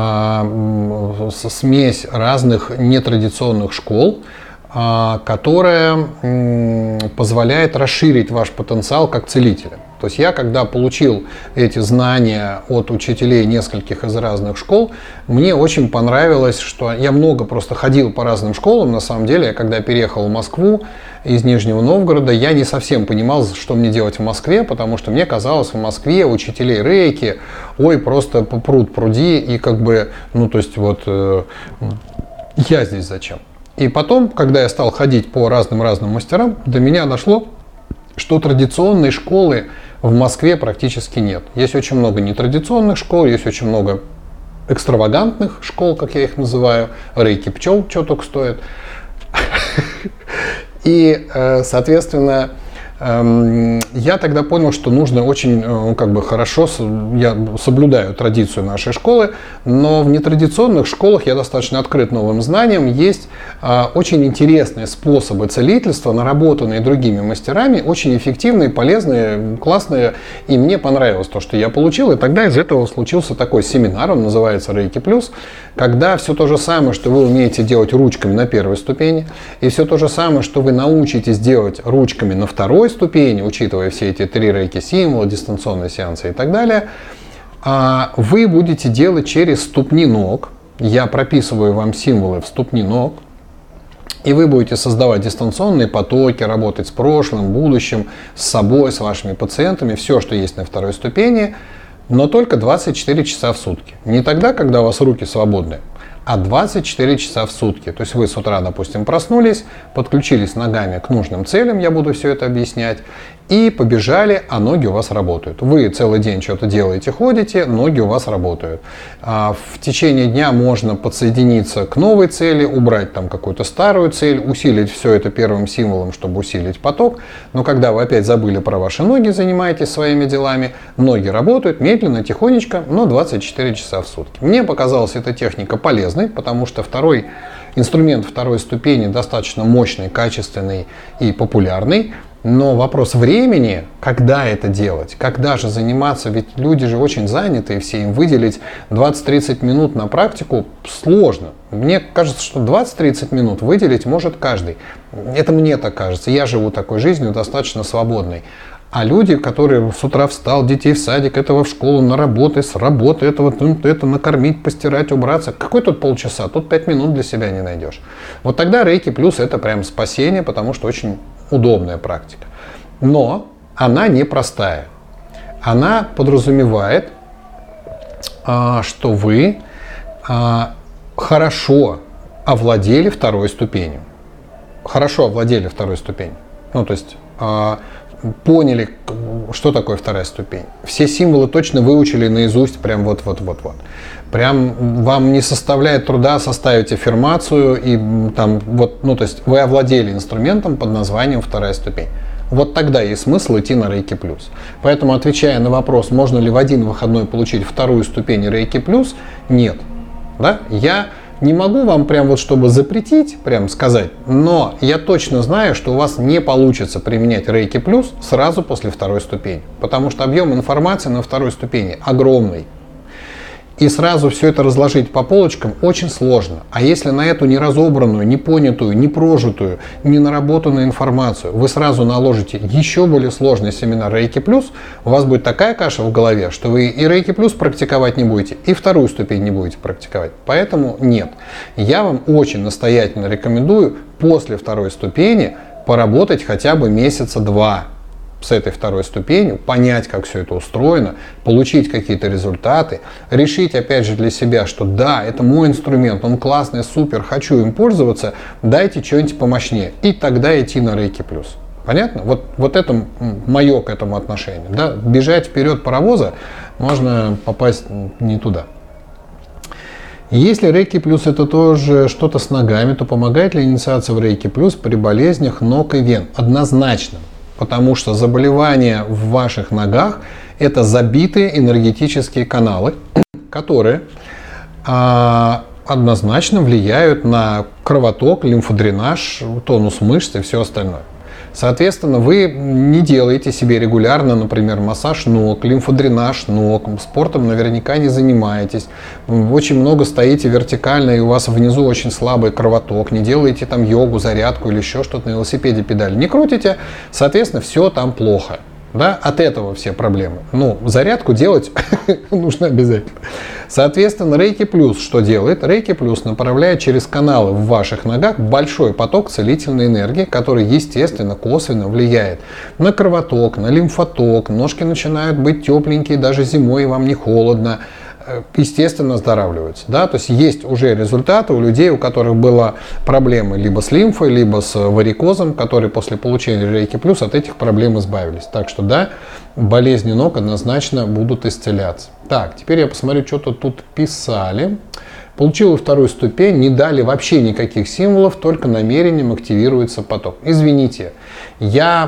смесь разных нетрадиционных школ, которая позволяет расширить ваш потенциал как целителя. То есть я, когда получил эти знания от учителей нескольких из разных школ, мне очень понравилось, что я много просто ходил по разным школам. На самом деле, я когда переехал в Москву из Нижнего Новгорода, я не совсем понимал, что мне делать в Москве, потому что мне казалось, в Москве учителей рейки, ой, просто пруд пруди, и как бы, ну то есть вот я здесь зачем? И потом, когда я стал ходить по разным мастерам, до меня дошло, что традиционной школы в Москве практически нет. Есть очень много нетрадиционных школ, есть очень много экстравагантных школ, как я их называю, рейки пчел, что только стоит. И, соответственно, я тогда понял, что нужно очень хорошо, я соблюдаю традицию нашей школы, но в нетрадиционных школах я достаточно открыт новым знаниям. Есть очень интересные способы целительства, наработанные другими мастерами, очень эффективные, полезные, классные. И мне понравилось то, что я получил. И тогда из этого случился такой семинар, он называется Reiki Plus, когда все то же самое, что вы умеете делать ручками на первой ступени, и все то же самое, что вы научитесь делать ручками на второй ступени, учитывая все эти 3 рейки-символа, дистанционные сеансы и так далее, вы будете делать через ступни ног. Я прописываю вам символы в ступни ног, и вы будете создавать дистанционные потоки, работать с прошлым, будущим, с собой, с вашими пациентами, все, что есть на второй ступени, но только 24 часа в сутки. Не тогда, когда у вас руки свободны, а 24 часа в сутки. То есть вы с утра, допустим, проснулись, подключились ногами к нужным целям, я буду все это объяснять, и побежали, а ноги у вас работают. Вы целый день что-то делаете, ходите, ноги у вас работают. В течение дня можно подсоединиться к новой цели, убрать там какую-то старую цель, усилить все это первым символом, чтобы усилить поток. Но когда вы опять забыли про ваши ноги, занимаетесь своими делами, ноги работают медленно, тихонечко, но 24 часа в сутки. Мне показалась эта техника полезной, потому что второй инструмент второй ступени достаточно мощный, качественный и популярный. Но вопрос времени, когда это делать, когда же заниматься, ведь люди же очень заняты, и все им выделить 20-30 минут на практику сложно. Мне кажется, что 20-30 минут выделить может каждый. Это мне так кажется. Я живу такой жизнью достаточно свободной. А люди, которые с утра встал, детей в садик, этого в школу, на работу, с работы, этого это накормить, постирать, убраться. Какой тут полчаса? Тут 5 минут для себя не найдешь. Вот тогда Рейки Плюс это прям спасение, потому что очень удобная практика. Но она непростая. Она подразумевает, что вы хорошо овладели второй ступенью. Хорошо овладели второй ступенью. Ну, то есть поняли, что такое вторая ступень. Все символы точно выучили наизусть, прям вот. Прям вам не составляет труда составить аффирмацию и там вот, ну то есть вы овладели инструментом под названием вторая ступень. Вот тогда есть смысл идти на Рейки Плюс. Поэтому, отвечая на вопрос, можно ли в один выходной получить вторую ступень Рейки Плюс, нет. Да? Я не могу вам прям вот чтобы запретить, прям сказать, но я точно знаю, что у вас не получится применять Рейки Плюс сразу после второй ступени. Потому что объем информации на второй ступени огромный. И сразу все это разложить по полочкам очень сложно. А если на эту неразобранную, непонятую, непрожитую, ненаработанную информацию вы сразу наложите еще более сложный семинар Рейки Плюс, у вас будет такая каша в голове, что вы и Рейки Плюс практиковать не будете, и вторую ступень не будете практиковать. Поэтому нет. Я вам очень настоятельно рекомендую после второй ступени поработать хотя бы месяца 2. С этой второй ступенью, понять, как все это устроено, получить какие-то результаты, решить опять же для себя, что да, это мой инструмент, он классный, супер, хочу им пользоваться, дайте что-нибудь помощнее. И тогда идти на Рейки Плюс. Понятно? Вот это мое к этому отношение. Да? Бежать вперед паровоза можно попасть не туда. Если Рейки Плюс это тоже что-то с ногами, то помогает ли инициация в Рейки Плюс при болезнях ног и вен? Однозначно. Потому что заболевания в ваших ногах – это забитые энергетические каналы, которые однозначно влияют на кровоток, лимфодренаж, тонус мышц и все остальное. Соответственно, вы не делаете себе регулярно, например, массаж ног, лимфодренаж ног, спортом наверняка не занимаетесь, очень много стоите вертикально и у вас внизу очень слабый кровоток, не делаете там йогу, зарядку или еще что-то, на велосипеде педаль не крутите, соответственно, все там плохо. Да? От этого все проблемы. Ну, зарядку делать нужно обязательно. Соответственно, Рейки Плюс что делает? Рейки Плюс направляет через каналы в ваших ногах большой поток целительной энергии, который, естественно, косвенно влияет на кровоток, на лимфоток. Ножки начинают быть тепленькие, даже зимой вам не холодно. Естественно, оздоравливаются. Да? То есть есть уже результаты у людей, у которых была проблемы либо с лимфой, либо с варикозом, которые после получения Рейки Плюс от этих проблем избавились. Так что да, болезни ног однозначно будут исцеляться. Так, теперь я посмотрю, что-то тут писали. Получила вторую ступень, не дали вообще никаких символов, только намерением активируется поток. Извините, я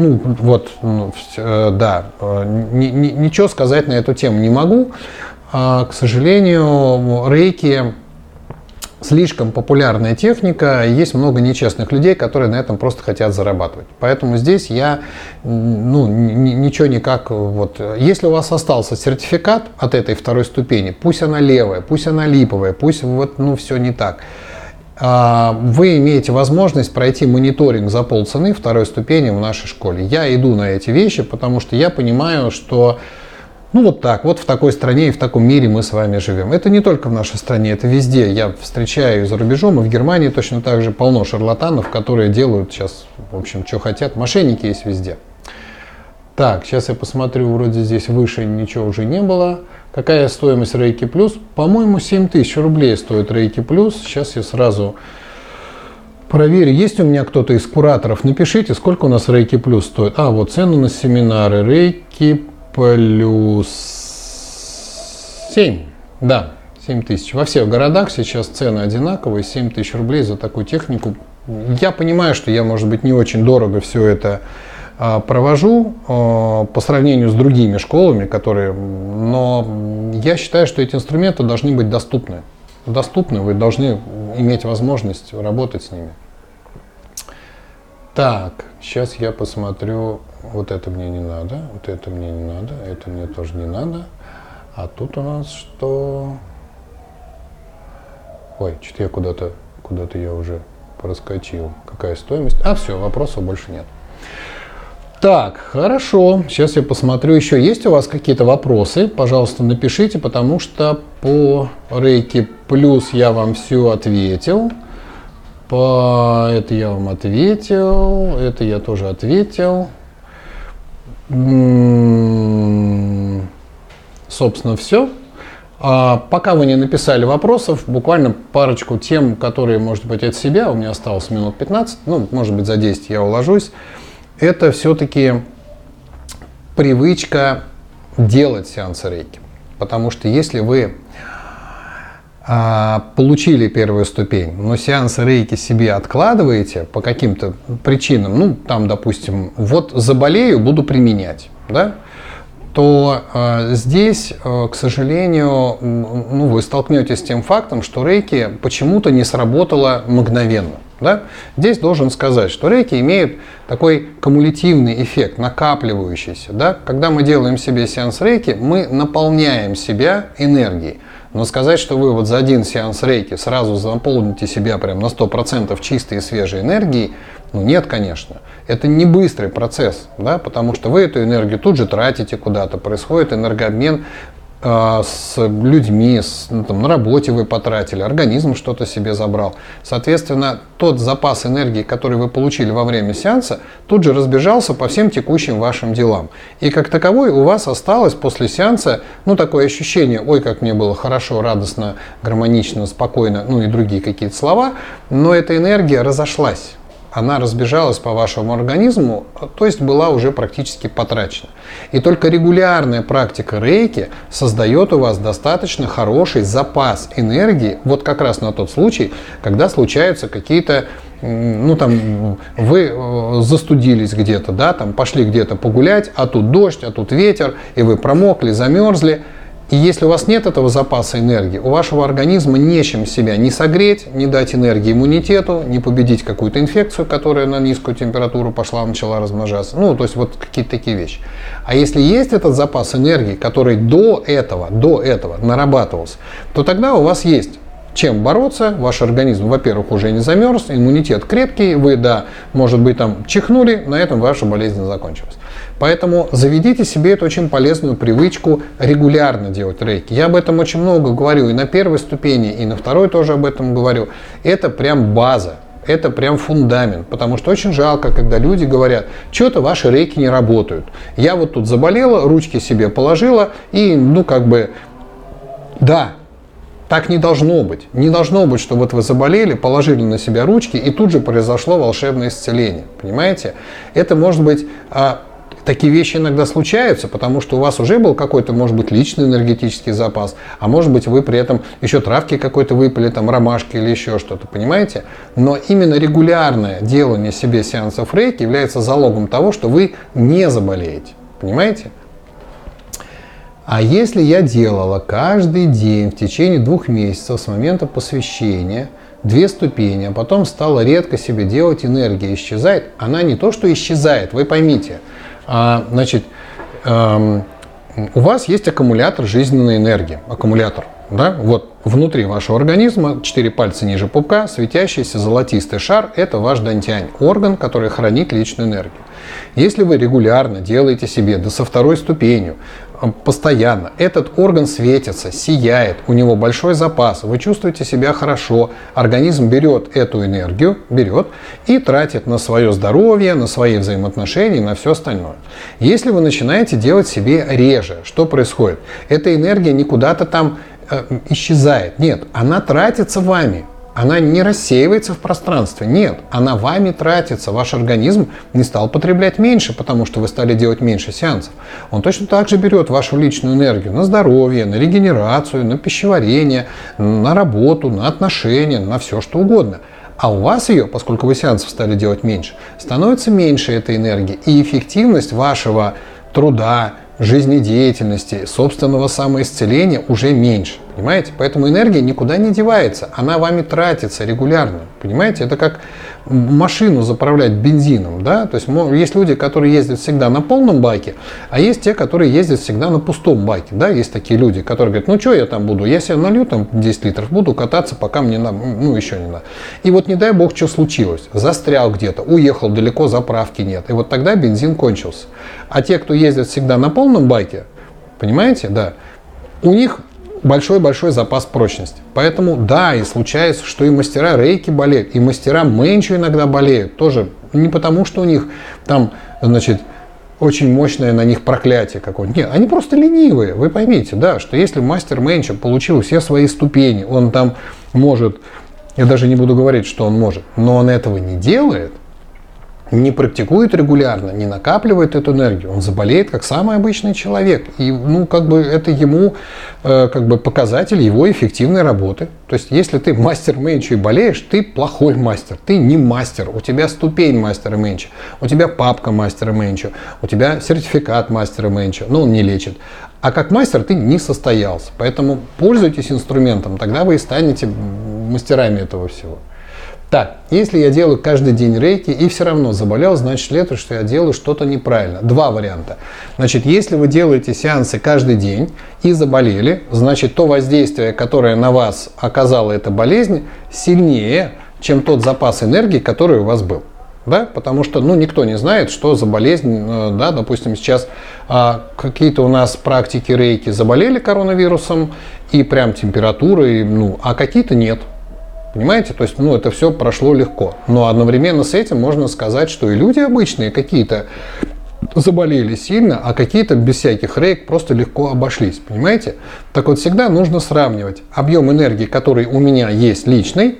ничего сказать на эту тему не могу. К сожалению, рейки слишком популярная техника, есть много нечестных людей, которые на этом просто хотят зарабатывать. Поэтому здесь я ничего никак. Если у вас остался сертификат от этой второй ступени, пусть она левая, пусть она липовая, пусть все не так, вы имеете возможность пройти мониторинг за полцены второй ступени в нашей школе. Я иду на эти вещи, потому что я понимаю, что вот в такой стране и в таком мире мы с вами живем. Это не только в нашей стране, это везде. Я встречаю и за рубежом, и в Германии точно так же полно шарлатанов, которые делают сейчас, в общем, что хотят. Мошенники есть везде. Так, сейчас я посмотрю, вроде здесь выше ничего уже не было. Какая стоимость Рейки Плюс? По-моему, 7000 рублей стоит Рейки Плюс. Сейчас я сразу проверю. Есть у меня кто-то из кураторов? Напишите, сколько у нас Рейки Плюс стоит. Вот цены на семинары. Рейки Плюс 7. Да, 7000. Во всех городах сейчас цены одинаковые. 7000 рублей за такую технику. Я понимаю, что я, может быть, не очень дорого все это провожу по сравнению с другими школами, но я считаю, что эти инструменты должны быть доступны. Вы должны иметь возможность работать с ними. Так, сейчас я посмотрю, вот это мне не надо, вот это мне не надо, это мне тоже не надо. А тут у нас что? Ой, что-то я куда-то я уже проскочил. Какая стоимость? А, все, вопросов больше нет. Так, хорошо. Сейчас я посмотрю еще. Есть у вас какие-то вопросы? Пожалуйста, напишите, потому что по Reiki Plus я вам все ответил. По это я вам ответил. Это я тоже ответил. Собственно, все. Пока вы не написали вопросов, буквально парочку тем, которые, может быть, от себя, у меня осталось минут 15, ну, может быть, за 10 я уложусь. Это все-таки привычка делать сеансы рейки. Потому что если вы получили первую ступень, но сеансы рейки себе откладываете по каким-то причинам, ну, там, допустим, вот заболею, буду применять, да, то здесь, к сожалению, ну, вы столкнетесь с тем фактом, что рейки почему-то не сработало мгновенно. Да? Здесь должен сказать, что рейки имеют такой кумулятивный эффект, накапливающийся. Да? Когда мы делаем себе сеанс рейки, мы наполняем себя энергией. Но сказать, что вы вот за один сеанс рейки сразу заполните себя прям на 100% чистой и свежей энергией, ну нет, конечно. Это не быстрый процесс, да? Потому что вы эту энергию тут же тратите куда-то, происходит энергообмен с людьми, ну, там, на работе вы потратили, организм что-то себе забрал. Соответственно, тот запас энергии, который вы получили во время сеанса, тут же разбежался по всем текущим вашим делам. И как таковой у вас осталось после сеанса, ну, такое ощущение, ой, как мне было хорошо, радостно, гармонично, спокойно, ну и другие какие-то слова, но эта энергия разошлась. Она разбежалась по вашему организму, то есть была уже практически потрачена. И только регулярная практика рейки создает у вас достаточно хороший запас энергии, вот как раз на тот случай, когда случаются какие-то, ну там, вы застудились где-то, да, там пошли где-то погулять, а тут дождь, а тут ветер, и вы промокли, замерзли. И если у вас нет этого запаса энергии, у вашего организма нечем себя не согреть, не дать энергии иммунитету, не победить какую-то инфекцию, которая на низкую температуру пошла, начала размножаться. Ну, то есть вот какие-то такие вещи. А если есть этот запас энергии, который до этого нарабатывался, то тогда у вас есть чем бороться. Ваш организм, во-первых, уже не замерз, иммунитет крепкий, вы, да, может быть, там чихнули, на этом ваша болезнь закончилась. Поэтому заведите себе эту очень полезную привычку регулярно делать рейки. Я об этом очень много говорю и на первой ступени, и на второй тоже об этом говорю. Это прям база, это прям фундамент. Потому что очень жалко, когда люди говорят, что-то ваши рейки не работают. Я вот тут заболела, ручки себе положила и, ну, как бы, да. Так не должно быть. Не должно быть, что вот вы заболели, положили на себя ручки, и тут же произошло волшебное исцеление. Понимаете? Это может быть... Такие вещи иногда случаются, потому что у вас уже был какой-то, может быть, личный энергетический запас, а может быть, вы при этом еще травки какой-то выпили, там, ромашки или еще что-то, понимаете? Но именно регулярное делание себе сеансов рейки является залогом того, что вы не заболеете. Понимаете? А если я делала каждый день в течение 2 месяцев с момента посвящения 2 ступени, а потом стала редко себе делать, энергия исчезает, она не то, что исчезает, вы поймите. Значит, у вас есть аккумулятор жизненной энергии, аккумулятор, да? Вот внутри вашего организма, 4 пальца ниже пупка, светящийся золотистый шар, это ваш дантянь, орган, который хранит личную энергию. Если вы регулярно делаете себе, да со 2-й ступенью, постоянно, этот орган светится, сияет, у него большой запас, вы чувствуете себя хорошо, организм берет эту энергию, берет и тратит на свое здоровье, на свои взаимоотношения, на все остальное. Если вы начинаете делать себе реже, что происходит? Эта энергия не куда-то там исчезает, нет, она тратится вами. Она не рассеивается в пространстве, нет, она вами тратится, ваш организм не стал потреблять меньше, потому что вы стали делать меньше сеансов. Он точно так же берет вашу личную энергию на здоровье, на регенерацию, на пищеварение, на работу, на отношения, на все что угодно. А у вас ее, поскольку вы сеансов стали делать меньше, становится меньше этой энергии, и эффективность вашего труда, жизнедеятельности, собственного самоисцеления уже меньше. Понимаете? Поэтому энергия никуда не девается, она вами тратится регулярно. Понимаете? Это как машину заправлять бензином, да? То есть есть люди, которые ездят всегда на полном баке, а есть те, которые ездят всегда на пустом баке, да? Есть такие люди, которые говорят, ну что я там буду, я себе налью там 10 литров, буду кататься, пока мне надо, ну еще не надо. И вот не дай бог, что случилось, застрял где-то, уехал далеко, заправки нет, и вот тогда бензин кончился. А те, кто ездит всегда на полном баке, понимаете, да, у них большой-большой запас прочности. Поэтому, да, и случается, что и мастера рейки болеют, и мастера мэнчо иногда болеют. Тоже не потому, что у них там, значит, очень мощное на них проклятие какое-то. Нет, они просто ленивые. Вы поймите, да, что если мастер мэнчо получил все свои ступени, он там может, я даже не буду говорить, что он может, но он этого не делает, не практикует регулярно, не накапливает эту энергию, он заболеет как самый обычный человек. И, ну, как бы это ему, как бы показатель его эффективной работы. То есть, если ты мастер мэнчо и болеешь, ты плохой мастер, ты не мастер. У тебя ступень мастера мэнчо, у тебя папка мастера мэнчо, у тебя сертификат мастера мэнчо, но он не лечит. А как мастер ты не состоялся. Поэтому пользуйтесь инструментом, тогда вы и станете мастерами этого всего. Так, если я делаю каждый день рейки и все равно заболел, значит это, что я делаю что-то неправильно. Два варианта. Значит, если вы делаете сеансы каждый день и заболели, значит то воздействие, которое на вас оказала эта болезнь, сильнее, чем тот запас энергии, который у вас был. Да? Потому что ну, никто не знает, что за болезнь. Да? Допустим, сейчас какие-то у нас практики рейки заболели коронавирусом и прям температурой, ну, а какие-то нет. Понимаете? То есть, ну, это все прошло легко. Но одновременно с этим можно сказать, что и люди обычные какие-то заболели сильно, а какие-то без всяких рейк просто легко обошлись. Понимаете? Так вот, всегда нужно сравнивать объем энергии, который у меня есть личный,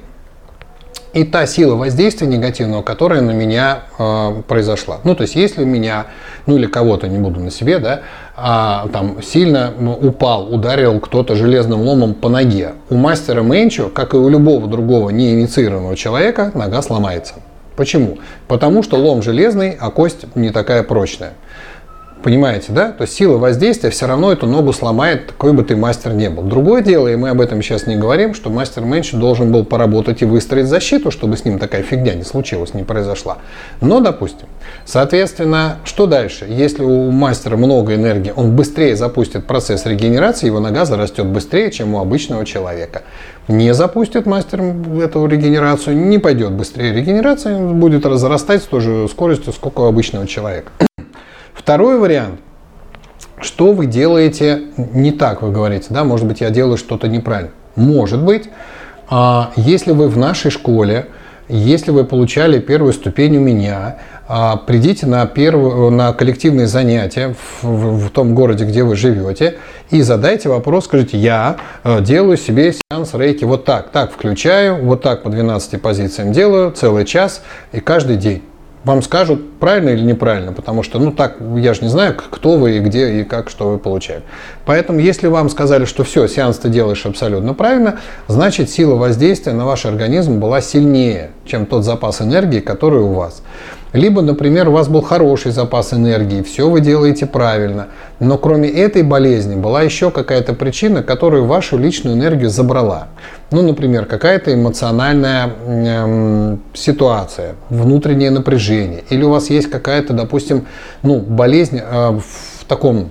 и та сила воздействия негативного, которая на меня произошла. Ну, то есть, если меня, ну или кого-то, не буду на себе, да, там сильно упал, ударил кто-то железным ломом по ноге, у мастера мэнчо, как и у любого другого неинициированного человека, нога сломается. Почему? Потому что лом железный, а кость не такая прочная. Понимаете, да? То есть сила воздействия все равно эту ногу сломает, какой бы ты мастер ни был. Другое дело, и мы об этом сейчас не говорим, что мастер мэнчо должен был поработать и выстроить защиту, чтобы с ним такая фигня не случилась, не произошла. Но, допустим, соответственно, что дальше? Если у мастера много энергии, он быстрее запустит процесс регенерации, его нога зарастет быстрее, чем у обычного человека. Не запустит мастер эту регенерацию, не пойдет быстрее регенерация, будет разрастать с той же скоростью, сколько у обычного человека. Второй вариант. Что вы делаете не так, вы говорите, да, может быть, я делаю что-то неправильно. Может быть, если вы в нашей школе, если вы получали первую ступень у меня, придите на коллективные занятия в том городе, где вы живете, и задайте вопрос, скажите, я делаю себе сеанс рейки вот так включаю, вот так по 12 позициям делаю, целый час и каждый день. Вам скажут, правильно или неправильно, потому что, ну так, я же не знаю, кто вы и где и как, что вы получаете. Поэтому, если вам сказали, что все, сеанс ты делаешь абсолютно правильно, значит сила воздействия на ваш организм была сильнее, чем тот запас энергии, который у вас. Либо, например, у вас был хороший запас энергии, все вы делаете правильно, но кроме этой болезни была еще какая-то причина, которая вашу личную энергию забрала. Ну, например, какая-то эмоциональная ситуация, внутреннее напряжение, или у вас есть какая-то, допустим, ну, болезнь в таком,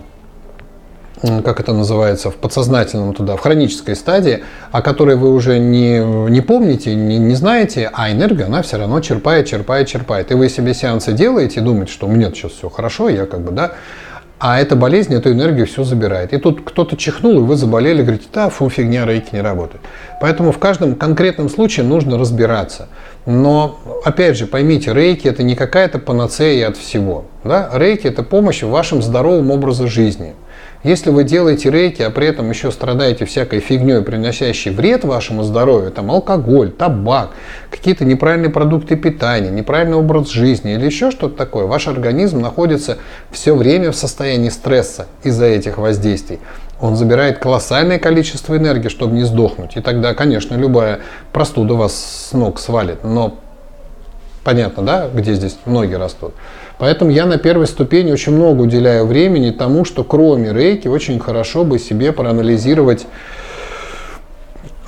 как это называется, в подсознательном туда, в хронической стадии, о которой вы уже не помните, не знаете, а энергию она все равно черпает. И вы себе сеансы делаете и думаете, что у меня сейчас все хорошо, я как бы, да, а эта болезнь эту энергию всю забирает. И тут кто-то чихнул, и вы заболели, говорите, да, фигня, рейки не работает. Поэтому в каждом конкретном случае нужно разбираться. Но, опять же, поймите, рейки это не какая-то панацея от всего. Да? Рейки это помощь в вашем здоровом образе жизни. Если вы делаете рейки, а при этом еще страдаете всякой фигней, приносящей вред вашему здоровью, там алкоголь, табак, какие-то неправильные продукты питания, неправильный образ жизни или еще что-то такое, ваш организм находится все время в состоянии стресса из-за этих воздействий. Он забирает колоссальное количество энергии, чтобы не сдохнуть. И тогда, конечно, любая простуда вас с ног свалит. Но понятно, да, где здесь ноги растут. Поэтому я на первой ступени очень много уделяю времени тому, что кроме рейки очень хорошо бы себе проанализировать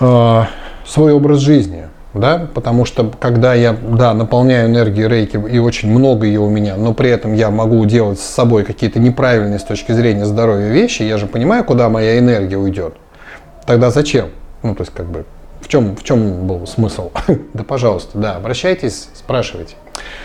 свой образ жизни. Да? Потому что когда я наполняю энергией рейки, и очень много ее у меня, но при этом я могу делать с собой какие-то неправильные с точки зрения здоровья вещи, я же понимаю, куда моя энергия уйдет. Тогда зачем? Ну, то есть, как бы, в чем был смысл? Да, пожалуйста, да, обращайтесь, спрашивайте.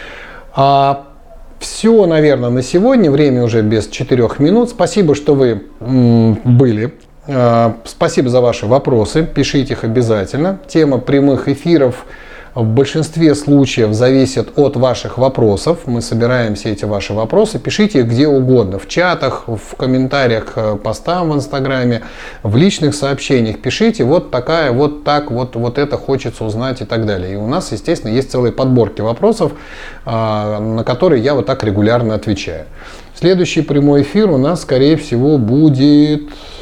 Все, наверное, на сегодня. Время уже без 4 минут. Спасибо, что вы были. Спасибо за ваши вопросы. Пишите их обязательно. Тема прямых эфиров в большинстве случаев зависит от ваших вопросов. Мы собираем все эти ваши вопросы. Пишите их где угодно. В чатах, в комментариях к постам в Инстаграме, в личных сообщениях. Пишите вот такая, вот так, вот это хочется узнать и так далее. И у нас, естественно, есть целые подборки вопросов, на которые я вот так регулярно отвечаю. Следующий прямой эфир у нас, скорее всего, будет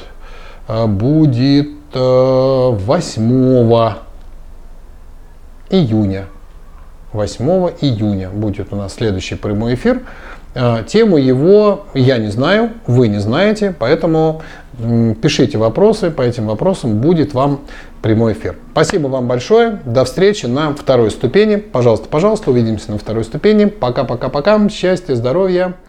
8 июня. 8 июня будет у нас следующий прямой эфир. Тему его я не знаю, вы не знаете, поэтому пишите вопросы, по этим вопросам будет вам прямой эфир. Спасибо вам большое, до встречи на второй ступени. Пожалуйста, увидимся на второй ступени. Пока-пока-пока, счастья, здоровья.